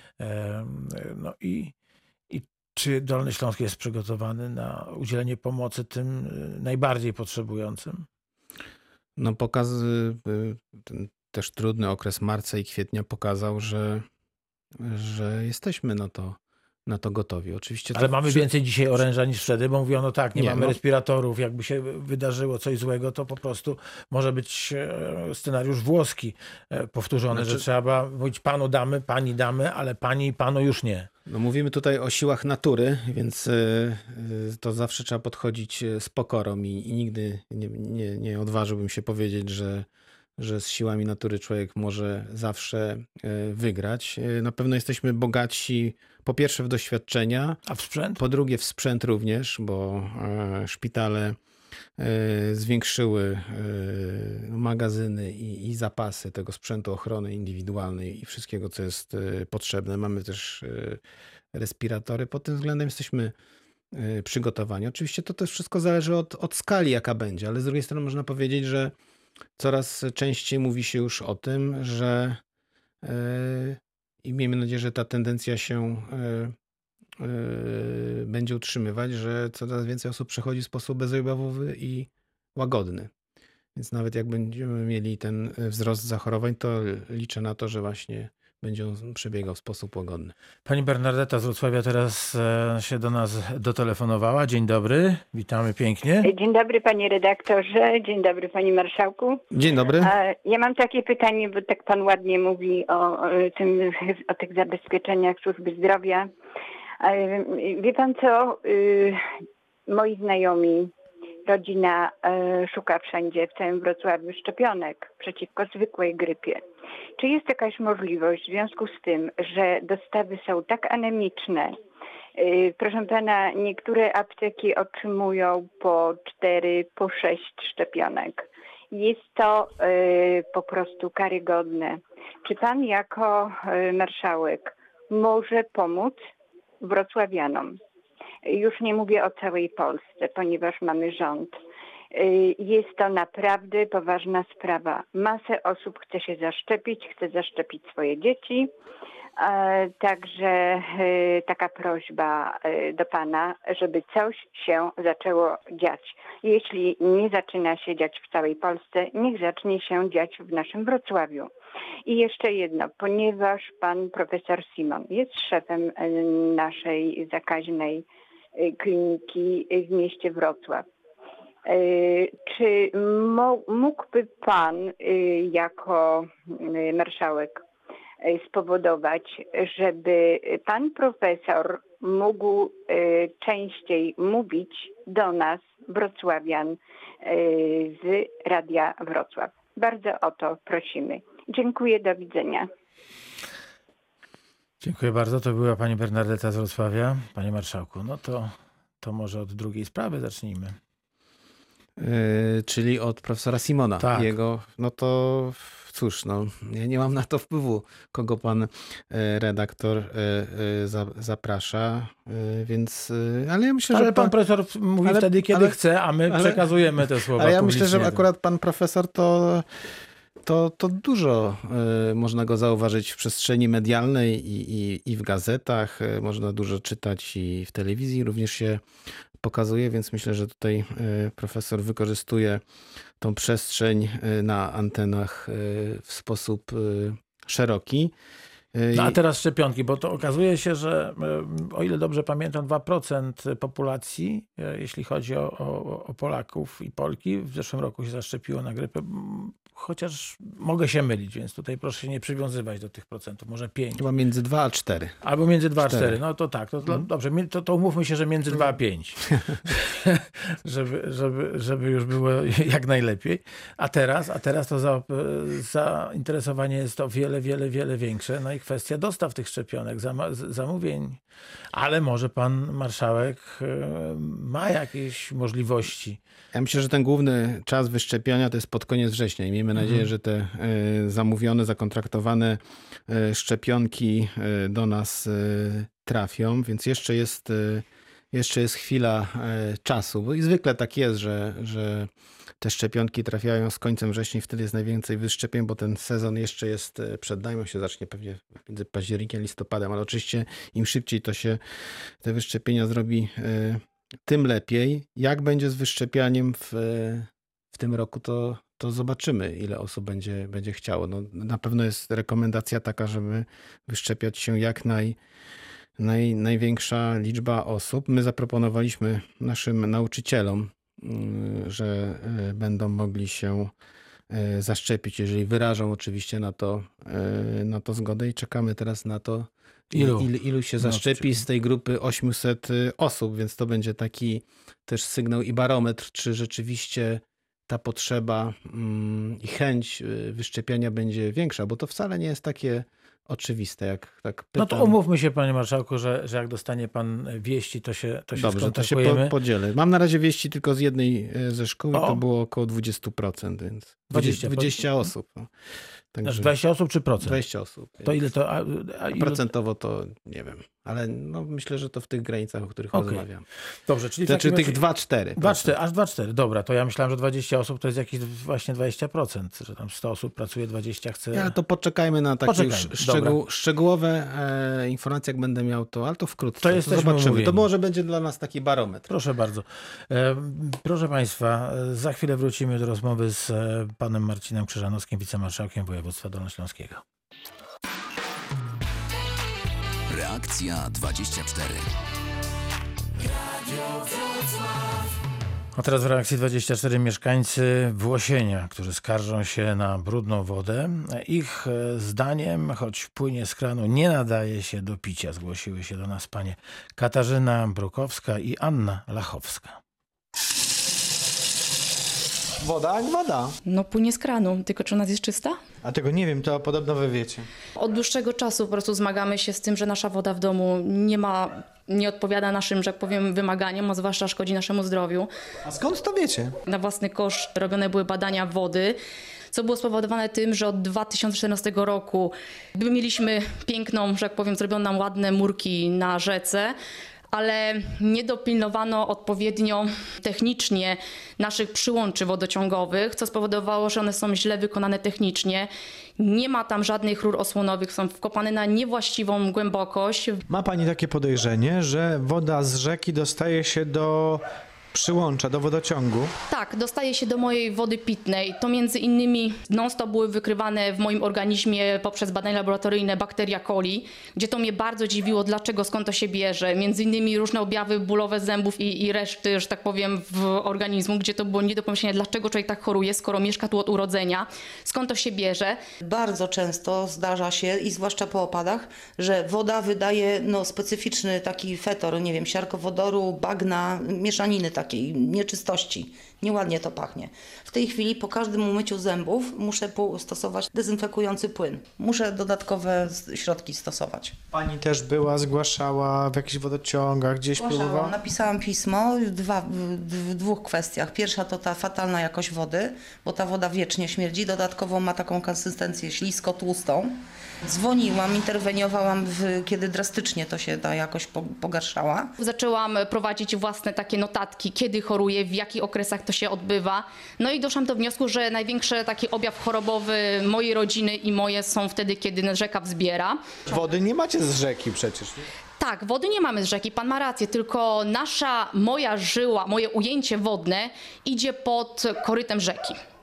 No i, i czy Dolny Śląsk jest przygotowany na udzielenie pomocy tym najbardziej potrzebującym? No pokaz, ten też trudny okres marca i kwietnia pokazał, że, że jesteśmy na to, na to gotowi. Oczywiście Ale to mamy przy... więcej dzisiaj oręża niż wtedy, bo mówiono tak, nie, nie mamy no... respiratorów, jakby się wydarzyło coś złego, to po prostu może być scenariusz włoski powtórzony, znaczy... że trzeba mówić panu damy, pani damy, ale pani i panu już nie. No mówimy tutaj o siłach natury, więc to zawsze trzeba podchodzić z pokorą i, i nigdy nie, nie, nie odważyłbym się powiedzieć, że że z siłami natury człowiek może zawsze wygrać. Na pewno jesteśmy bogatsi po pierwsze w doświadczenia, a w sprzęt? Po drugie w sprzęt również, bo szpitale zwiększyły magazyny i, i zapasy tego sprzętu ochrony indywidualnej i wszystkiego, co jest potrzebne. Mamy też respiratory. Pod tym względem jesteśmy przygotowani. Oczywiście to też wszystko zależy od, od skali, jaka będzie, ale z drugiej strony można powiedzieć, że coraz częściej mówi się już o tym, że yy, i miejmy nadzieję, że ta tendencja się yy, yy, będzie utrzymywać, że coraz więcej osób przechodzi w sposób bezobjawowy i łagodny. Więc nawet jak będziemy mieli ten wzrost zachorowań, to liczę na to, że właśnie będzie on przebiegał w sposób łagodny. Pani Bernardeta z Wrocławia teraz się do nas dotelefonowała. Dzień dobry, witamy pięknie. Dzień dobry panie redaktorze, dzień dobry panie marszałku. Dzień dobry. Ja mam takie pytanie, bo tak pan ładnie mówi o, tym, o tych zabezpieczeniach służby zdrowia. Wie pan co, moi znajomi, rodzina szuka wszędzie w całym Wrocławiu szczepionek przeciwko zwykłej grypie. Czy jest jakaś możliwość w związku z tym, że dostawy są tak anemiczne? Proszę pana, niektóre apteki otrzymują po cztery, po sześć szczepionek. Jest to po prostu karygodne. Czy pan jako marszałek może pomóc wrocławianom? Już nie mówię o całej Polsce, ponieważ mamy rząd. Jest to naprawdę poważna sprawa. Masę osób chce się zaszczepić, chce zaszczepić swoje dzieci. Także taka prośba do pana, żeby coś się zaczęło dziać. Jeśli nie zaczyna się dziać w całej Polsce, niech zacznie się dziać w naszym Wrocławiu. I jeszcze jedno, ponieważ pan profesor Simon jest szefem naszej zakaźnej kliniki w mieście Wrocław. Czy mógłby pan jako marszałek spowodować, żeby pan profesor mógł częściej mówić do nas, wrocławian, z Radia Wrocław? Bardzo o to prosimy. Dziękuję, do widzenia. Dziękuję bardzo. To była pani Bernardeta z Wrocławia. Panie marszałku, no to, to może od drugiej sprawy zacznijmy. Yy, czyli od profesora Simona. Tak. Jego, no to cóż, no, ja nie mam na to wpływu, kogo pan redaktor yy, yy, za, zaprasza, yy, więc, yy, ale ja myślę, ale że pan, pan profesor mówi ale, wtedy, kiedy ale, chce, a my ale, przekazujemy te słowa Ale ja publicznie. myślę, że akurat pan profesor to To, to dużo y, można go zauważyć w przestrzeni medialnej i, i, i w gazetach. Y, można dużo czytać i w telewizji również się pokazuje, więc myślę, że tutaj y, profesor wykorzystuje tą przestrzeń y, na antenach y, w sposób y, szeroki. No a teraz szczepionki, bo to okazuje się, że o ile dobrze pamiętam, dwa procent populacji, jeśli chodzi o, o, o Polaków i Polki, w zeszłym roku się zaszczepiło na grypę. chociaż mogę się mylić, więc tutaj proszę się nie przywiązywać do tych procentów, może pięć. Chyba między dwa a cztery. Albo między dwa a cztery. cztery, no to tak, to, to, Hmm. dobrze, to, to umówmy się, że między dwa a pięć, żeby, żeby, żeby już było jak najlepiej. A teraz, a teraz to za, zainteresowanie jest o wiele, wiele, wiele większe. No i kwestia dostaw tych szczepionek, zam, zamówień. Ale może pan marszałek ma jakieś możliwości. Ja myślę, że ten główny czas wyszczepiania to jest pod koniec września i miejmy nadzieję, mhm. że te y, zamówione, zakontraktowane y, szczepionki y, do nas y, trafią, więc jeszcze jest, y, jeszcze jest chwila y, czasu, bo i zwykle tak jest, że, że te szczepionki trafiają z końcem września i wtedy jest najwięcej wyszczepień, bo ten sezon jeszcze jest przed nami, się zacznie pewnie między październikiem a listopadem, ale oczywiście im szybciej to się te wyszczepienia zrobi, y, tym lepiej. Jak będzie z wyszczepianiem w, w tym roku, to, to zobaczymy, ile osób będzie, będzie chciało. No, na pewno jest rekomendacja taka, żeby wyszczepiać się jak naj, naj, największa liczba osób. My zaproponowaliśmy naszym nauczycielom, że będą mogli się zaszczepić, jeżeli wyrażą oczywiście na to, na to zgodę i czekamy teraz na to, Ilu? Ilu, ilu się zaszczepi z tej grupy osiemset osób, więc to będzie taki też sygnał i barometr, czy rzeczywiście ta potrzeba mm, i chęć wyszczepiania będzie większa, bo to wcale nie jest takie oczywiste, jak tak pytam. No to umówmy się, panie marszałku, że, że jak dostanie pan wieści, to się to się Dobrze, to się po, podzielę. Mam na razie wieści tylko z jednej ze szkół, o. to było około dwadzieścia procent, więc dwadzieścia, dwadzieścia osób. No. Także dwadzieścia osób czy procent? dwadzieścia osób. To ile to? A, a ile... Procentowo to nie wiem, ale no myślę, że to w tych granicach, o których okay. rozmawiam. Dobrze, czyli znaczy takim... tych dwa cztery. dwa cztery, aż dwa cztery. Dobra, to ja myślałem, że dwadzieścia osób to jest jakieś właśnie dwadzieścia procent, że tam sto osób pracuje, dwadzieścia chce. Ja, ale to poczekajmy na takie już szczegół, szczegółowe e, informacje, jak będę miał to, ale to wkrótce. To, to zobaczymy. Mówieni. To może będzie dla nas taki barometr. Proszę bardzo. E, proszę państwa, za chwilę wrócimy do rozmowy z e, panem Marcinem Krzyżanowskim, wicemarszałkiem województwa dolnośląskiego. Reakcja dwadzieścia cztery. A teraz w reakcji dwadzieścia cztery mieszkańcy Włosienia, którzy skarżą się na brudną wodę. Ich zdaniem, choć płynie z kranu, nie nadaje się do picia. Zgłosiły się do nas panie Katarzyna Brukowska i Anna Lachowska. Woda jak woda. No płynie z kranu, tylko czy u nas jest czysta? A tego nie wiem, to podobno wy wiecie. Od dłuższego czasu po prostu zmagamy się z tym, że nasza woda w domu nie ma, nie odpowiada naszym, że tak powiem, wymaganiom, a zwłaszcza szkodzi naszemu zdrowiu. A skąd to wiecie? Na własny koszt robione były badania wody, co było spowodowane tym, że od dwa tysiące czternastego roku mieliśmy piękną, że tak powiem, zrobiono nam ładne murki na rzece, ale nie dopilnowano odpowiednio technicznie naszych przyłączy wodociągowych, co spowodowało, że one są źle wykonane technicznie. Nie ma tam żadnych rur osłonowych, są wkopane na niewłaściwą głębokość. Ma pani takie podejrzenie, że woda z rzeki dostaje się do przyłącza, do wodociągu? Tak, dostaje się do mojej wody pitnej. To między innymi non-stop były wykrywane w moim organizmie poprzez badania laboratoryjne bakteria coli, gdzie to mnie bardzo dziwiło, dlaczego, skąd to się bierze. Między innymi różne objawy bólowe zębów i, i reszty, że tak powiem, w organizmu, gdzie to było nie do pomyślenia, dlaczego człowiek tak choruje, skoro mieszka tu od urodzenia, skąd to się bierze. Bardzo często zdarza się, i zwłaszcza po opadach, że woda wydaje no, specyficzny taki fetor, nie wiem, siarkowodoru, bagna, mieszaniny takiej nieczystości. Nieładnie to pachnie. W tej chwili po każdym umyciu zębów muszę stosować dezynfekujący płyn. Muszę dodatkowe środki stosować. Pani też była, zgłaszała w jakichś wodociągach, gdzieś próbowała? Napisałam pismo w, dwa, w dwóch kwestiach. Pierwsza to ta fatalna jakość wody, bo ta woda wiecznie śmierdzi. Dodatkowo ma taką konsystencję ślisko-tłustą. Dzwoniłam, interweniowałam, w, kiedy drastycznie to się ta jakość pogarszała. Zaczęłam prowadzić własne takie notatki, kiedy choruję, w jakich okresach to się odbywa. No i doszłam do wniosku, że największy taki objaw chorobowy mojej rodziny i moje są wtedy, kiedy rzeka wzbiera. Wody nie macie z rzeki przecież. Nie? Tak, wody nie mamy z rzeki, pan ma rację, tylko nasza, moja żyła, moje ujęcie wodne idzie pod korytem rzeki.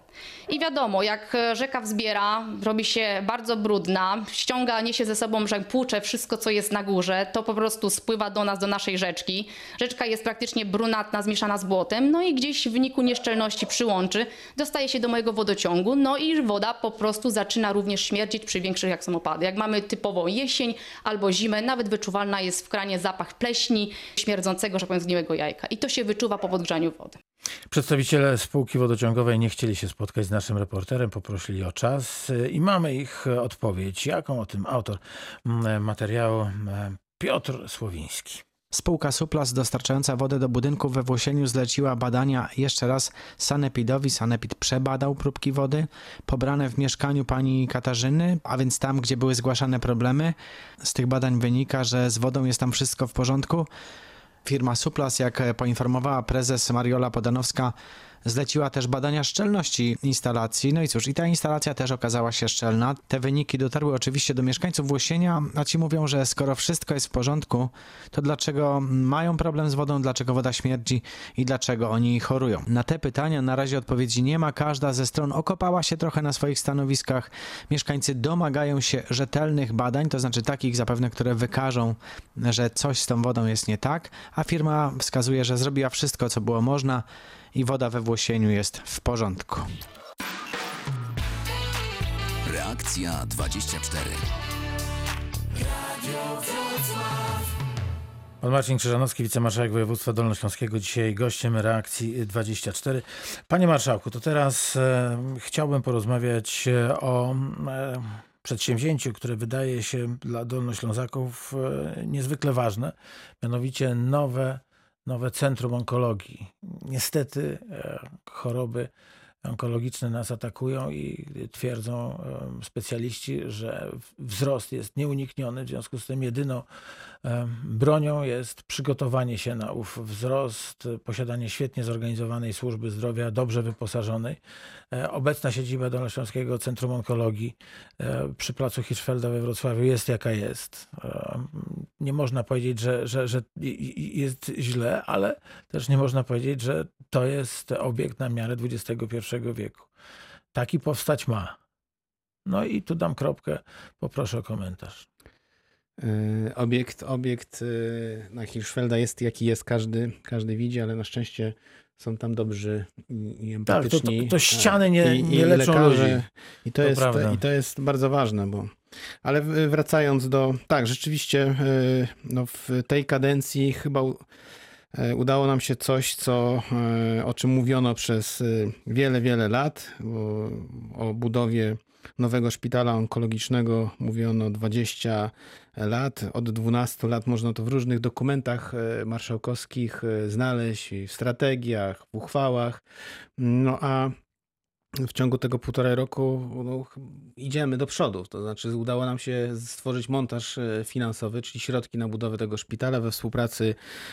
I wiadomo, jak rzeka wzbiera, robi się bardzo brudna, ściąga, niesie ze sobą, że płucze wszystko, co jest na górze, to po prostu spływa do nas, do naszej rzeczki. Rzeczka jest praktycznie brunatna, zmieszana z błotem, no i gdzieś w wyniku nieszczelności przyłączy, dostaje się do mojego wodociągu, no i woda po prostu zaczyna również śmierdzieć przy większych jak są opady. Jak mamy typową jesień albo zimę, nawet wyczuwalna jest w kranie zapach pleśni, śmierdzącego, że powiem, zgniłego jajka. I to się wyczuwa po podgrzaniu wody. Przedstawiciele spółki wodociągowej nie chcieli się spotkać z naszym reporterem, poprosili o czas i mamy ich odpowiedź. Jaką? O tym autor materiału Piotr Słowiński. Spółka Suplas dostarczająca wodę do budynków we Włosieniu zleciła badania jeszcze raz Sanepidowi. Sanepid przebadał próbki wody pobrane w mieszkaniu pani Katarzyny, a więc tam, gdzie były zgłaszane problemy. Z tych badań wynika, że z wodą jest tam wszystko w porządku. Firma Suplas, jak poinformowała prezes Mariola Podanowska, zleciła też badania szczelności instalacji. No i cóż, i ta instalacja też okazała się szczelna. Te wyniki dotarły oczywiście do mieszkańców Włosienia, a ci mówią, że skoro wszystko jest w porządku, to dlaczego mają problem z wodą, dlaczego woda śmierdzi i dlaczego oni chorują? Na te pytania na razie odpowiedzi nie ma. Każda ze stron okopała się trochę na swoich stanowiskach. Mieszkańcy domagają się rzetelnych badań, to znaczy takich zapewne, które wykażą, że coś z tą wodą jest nie tak, a firma wskazuje, że zrobiła wszystko, co było można, i woda we Włosieniu jest w porządku. Reakcja dwadzieścia cztery. Pan Marcin Krzyżanowski, wicemarszałek województwa dolnośląskiego, dzisiaj gościem Reakcji dwadzieścia cztery. Panie marszałku, to teraz e, chciałbym porozmawiać o e, przedsięwzięciu, które wydaje się dla dolnoślązaków e, niezwykle ważne, mianowicie nowe Nowe Centrum Onkologii. Niestety choroby onkologiczne nas atakują i twierdzą specjaliści, że wzrost jest nieunikniony. W związku z tym jedyną bronią jest przygotowanie się na ów wzrost, posiadanie świetnie zorganizowanej służby zdrowia, dobrze wyposażonej. Obecna siedziba Dolnośląskiego Centrum Onkologii przy placu Hirschfelda we Wrocławiu jest jaka jest. Nie można powiedzieć, że, że, że jest źle, ale też nie można powiedzieć, że to jest obiekt na miarę dwudziestego pierwszego wieku. Taki powstać ma. No i tu dam kropkę, poproszę o komentarz. Obiekt, obiekt na Hirschfelda jest jaki jest, każdy, każdy widzi, ale na szczęście są tam dobrzy i empatyczni. Tak, to, to, to ściany nie, i, nie i leczą lekarze. ludzi. I to, to jest, I to jest bardzo ważne, bo... Ale wracając do... Tak, rzeczywiście no w tej kadencji chyba udało nam się coś, co, o czym mówiono przez wiele, wiele lat. O, o budowie nowego szpitala onkologicznego mówiono dwadzieścia lat. Od dwunastu lat można to w różnych dokumentach marszałkowskich znaleźć, w strategiach, w uchwałach. No a w ciągu tego półtorej roku no, idziemy do przodu. To znaczy udało nam się stworzyć montaż finansowy, czyli środki na budowę tego szpitala we współpracy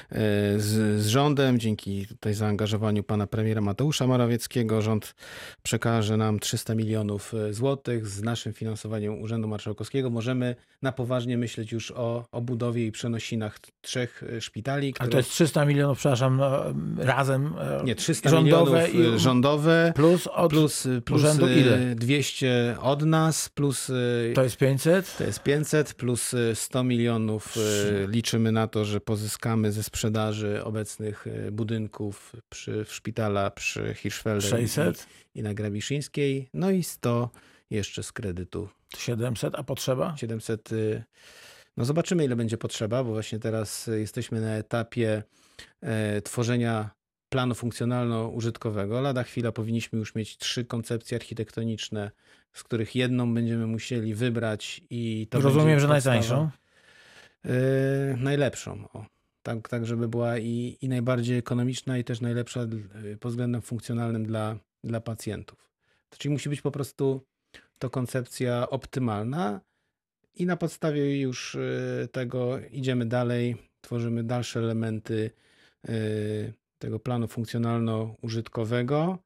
z, z rządem. Dzięki tutaj zaangażowaniu pana premiera Mateusza Morawieckiego rząd przekaże nam trzysta milionów złotych. Z naszym finansowaniem Urzędu Marszałkowskiego możemy na poważnie myśleć już o, o budowie i przenosinach trzech szpitali. Które... Ale to jest trzysta milionów, przepraszam, no, razem Nie, trzysta rządowe milionów i... rządowe plus od... Plus, plus urzędu ile? dwieście od nas, plus... To jest pięćset? To jest pięćset, plus sto milionów liczymy na to, że pozyskamy ze sprzedaży obecnych budynków przy, w szpitala przy Hirschfeldzie sześćset? I, i na Grabiszyńskiej. No i sto jeszcze z kredytu. siedemset, a potrzeba? siedemset. No zobaczymy, ile będzie potrzeba, bo właśnie teraz jesteśmy na etapie e, tworzenia planu funkcjonalno-użytkowego. Lada chwila powinniśmy już mieć trzy koncepcje architektoniczne, z których jedną będziemy musieli wybrać i to Rozumiem, będzie że podstawa. najtańszą? Yy, najlepszą. O. Tak, tak, żeby była i, i najbardziej ekonomiczna i też najlepsza yy, pod względem funkcjonalnym dla, dla pacjentów. Czyli musi być po prostu to koncepcja optymalna i na podstawie już yy, tego idziemy dalej, tworzymy dalsze elementy yy, tego planu funkcjonalno-użytkowego.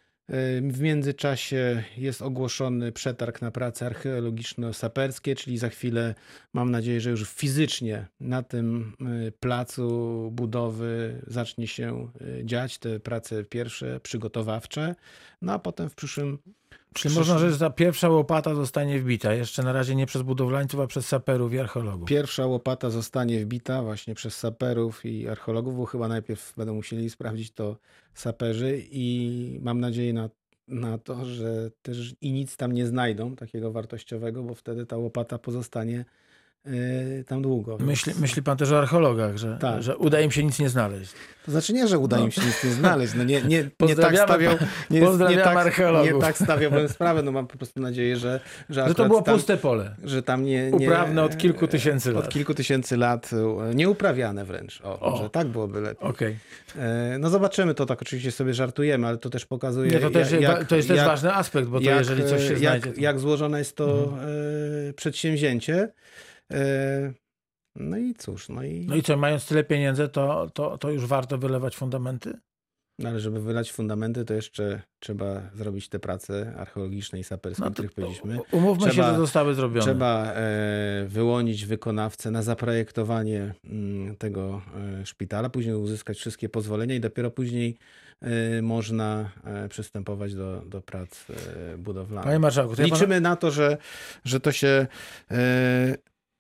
W międzyczasie jest ogłoszony przetarg na prace archeologiczno-saperskie, czyli za chwilę mam nadzieję, że już fizycznie na tym placu budowy zacznie się dziać te prace pierwsze, przygotowawcze, no a potem w przyszłym Czyli można rzec, że ta pierwsza łopata zostanie wbita. Jeszcze na razie nie przez budowlańców, a przez saperów i archeologów. Pierwsza łopata zostanie wbita właśnie przez saperów i archeologów, bo chyba najpierw będą musieli sprawdzić to saperzy i mam nadzieję na, na to, że też i nic tam nie znajdą takiego wartościowego, bo wtedy ta łopata pozostanie yy, tam długo. Więc... Myśli, myśli pan też o archeologach, że, Tak. że uda im się nic nie znaleźć. To znaczy nie, że uda im się nic nie znaleźć. No nie, nie, nie tak Pozdrawiamy stawiał, pa- nie, pozdrawiamy nie, tak, archeologów. nie tak stawiałbym sprawę. No mam po prostu nadzieję, że że, Że to akurat było tam, puste pole. że tam nie, nie... Uprawne od kilku tysięcy lat. Od kilku tysięcy lat. Nieuprawiane wręcz. O, O. że tak byłoby lepiej. Okej. E, No zobaczymy, to tak oczywiście sobie żartujemy, ale to też pokazuje... Nie, to, też, jak, to jest też jak, ważny aspekt, bo to jak, jeżeli coś się jak, znajdzie... To... jak złożone jest to e, przedsięwzięcie. E, No i cóż, no i... No i co, mając tyle pieniędzy, to, to, to już warto wylewać fundamenty? No ale żeby wylać fundamenty, to jeszcze trzeba zrobić te prace archeologiczne i saperskie, No o to, których powiedzieliśmy. to umówmy Trzeba- się, że zostały zrobione. Trzeba e, wyłonić wykonawcę na zaprojektowanie mm, tego e, szpitala, później uzyskać wszystkie pozwolenia i dopiero później e, można e, przystępować do, do prac e, budowlanych. Panie marszałku, to ja Liczymy na to, że, że to się, e,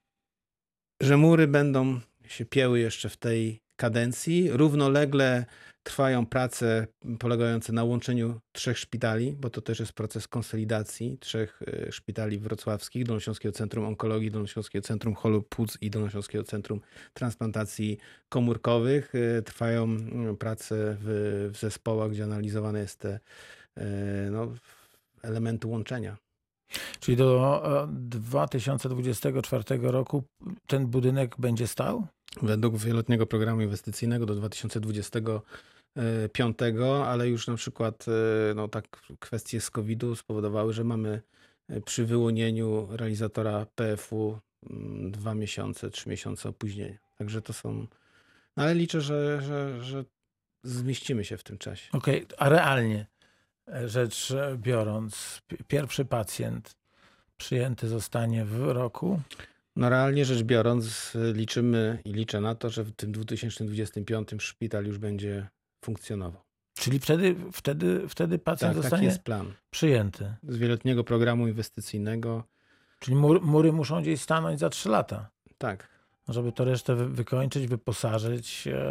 że mury będą się pieły jeszcze w tej kadencji. Równolegle trwają prace polegające na łączeniu trzech szpitali, bo to też jest proces konsolidacji trzech e, szpitali wrocławskich, Dolnośląskiego Centrum Onkologii, Dolnośląskiego Centrum Chorób Płuc i Dolnośląskiego Centrum Transplantacji Komórkowych. E, Trwają mm, prace w, w zespołach, gdzie analizowane jest te e, no, elementy łączenia. Czyli do e, dwa tysiące dwudziestego czwartego roku ten budynek będzie stał? Według wieloletniego programu inwestycyjnego do dwa tysiące dwudziestego piątego, ale już na przykład e, no, tak kwestie z kowida spowodowały, że mamy e, przy wyłonieniu realizatora P F U mm, dwa miesiące, trzy miesiące opóźnienia. Także to są... No, ale liczę, że, że, że zmieścimy się w tym czasie. Okej, a realnie rzecz biorąc, pi- pierwszy pacjent przyjęty zostanie w roku? No realnie rzecz biorąc liczymy i liczę na to, że w tym dwa tysiące dwudziestym piątym szpital już będzie funkcjonował. Czyli wtedy, wtedy, wtedy pacjent Tak, taki zostanie jest plan. przyjęty. Z wieloletniego programu inwestycyjnego. Czyli mur, mury muszą gdzieś stanąć za trzy lata, Tak. żeby to resztę wy- wykończyć, wyposażyć, e,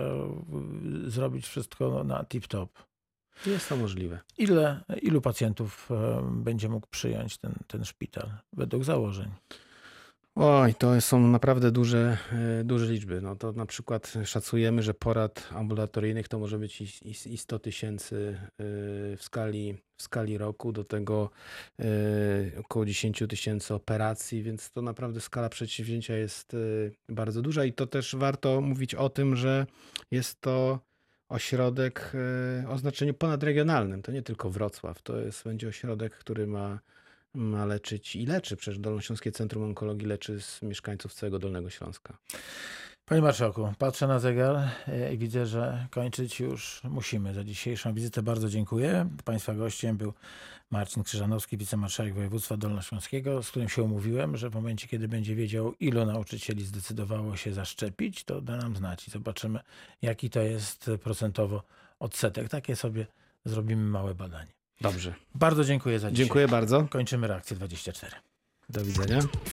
zrobić wszystko na tip-top. Jest to możliwe. Ile, ilu pacjentów e, będzie mógł przyjąć ten, ten szpital według założeń? Oj, to są naprawdę duże, e, duże liczby. No to na przykład szacujemy, że porad ambulatoryjnych to może być i, i, i sto tysięcy e, w skali, w skali roku, do tego e, około dziesięć tysięcy operacji, więc to naprawdę skala przedsięwzięcia jest e, bardzo duża i to też warto mówić o tym, że jest to ośrodek e, o znaczeniu ponadregionalnym. To nie tylko Wrocław, to jest, będzie ośrodek, który ma ma leczyć i leczy. Przecież Dolnośląskie Centrum Onkologii leczy z mieszkańców całego Dolnego Śląska. Panie marszałku, patrzę na zegar e, i widzę, że kończyć już musimy. Za dzisiejszą wizytę bardzo dziękuję. Państwa gościem był Marcin Krzyżanowski, wicemarszałek województwa dolnośląskiego, z którym się umówiłem, że w momencie, kiedy będzie wiedział, ilu nauczycieli zdecydowało się zaszczepić, to da nam znać i zobaczymy, jaki to jest procentowo odsetek. Takie sobie zrobimy małe badanie. Dobrze. Bardzo dziękuję za dzisiaj. Dziękuję bardzo. Kończymy reakcję dwadzieścia cztery. Do widzenia.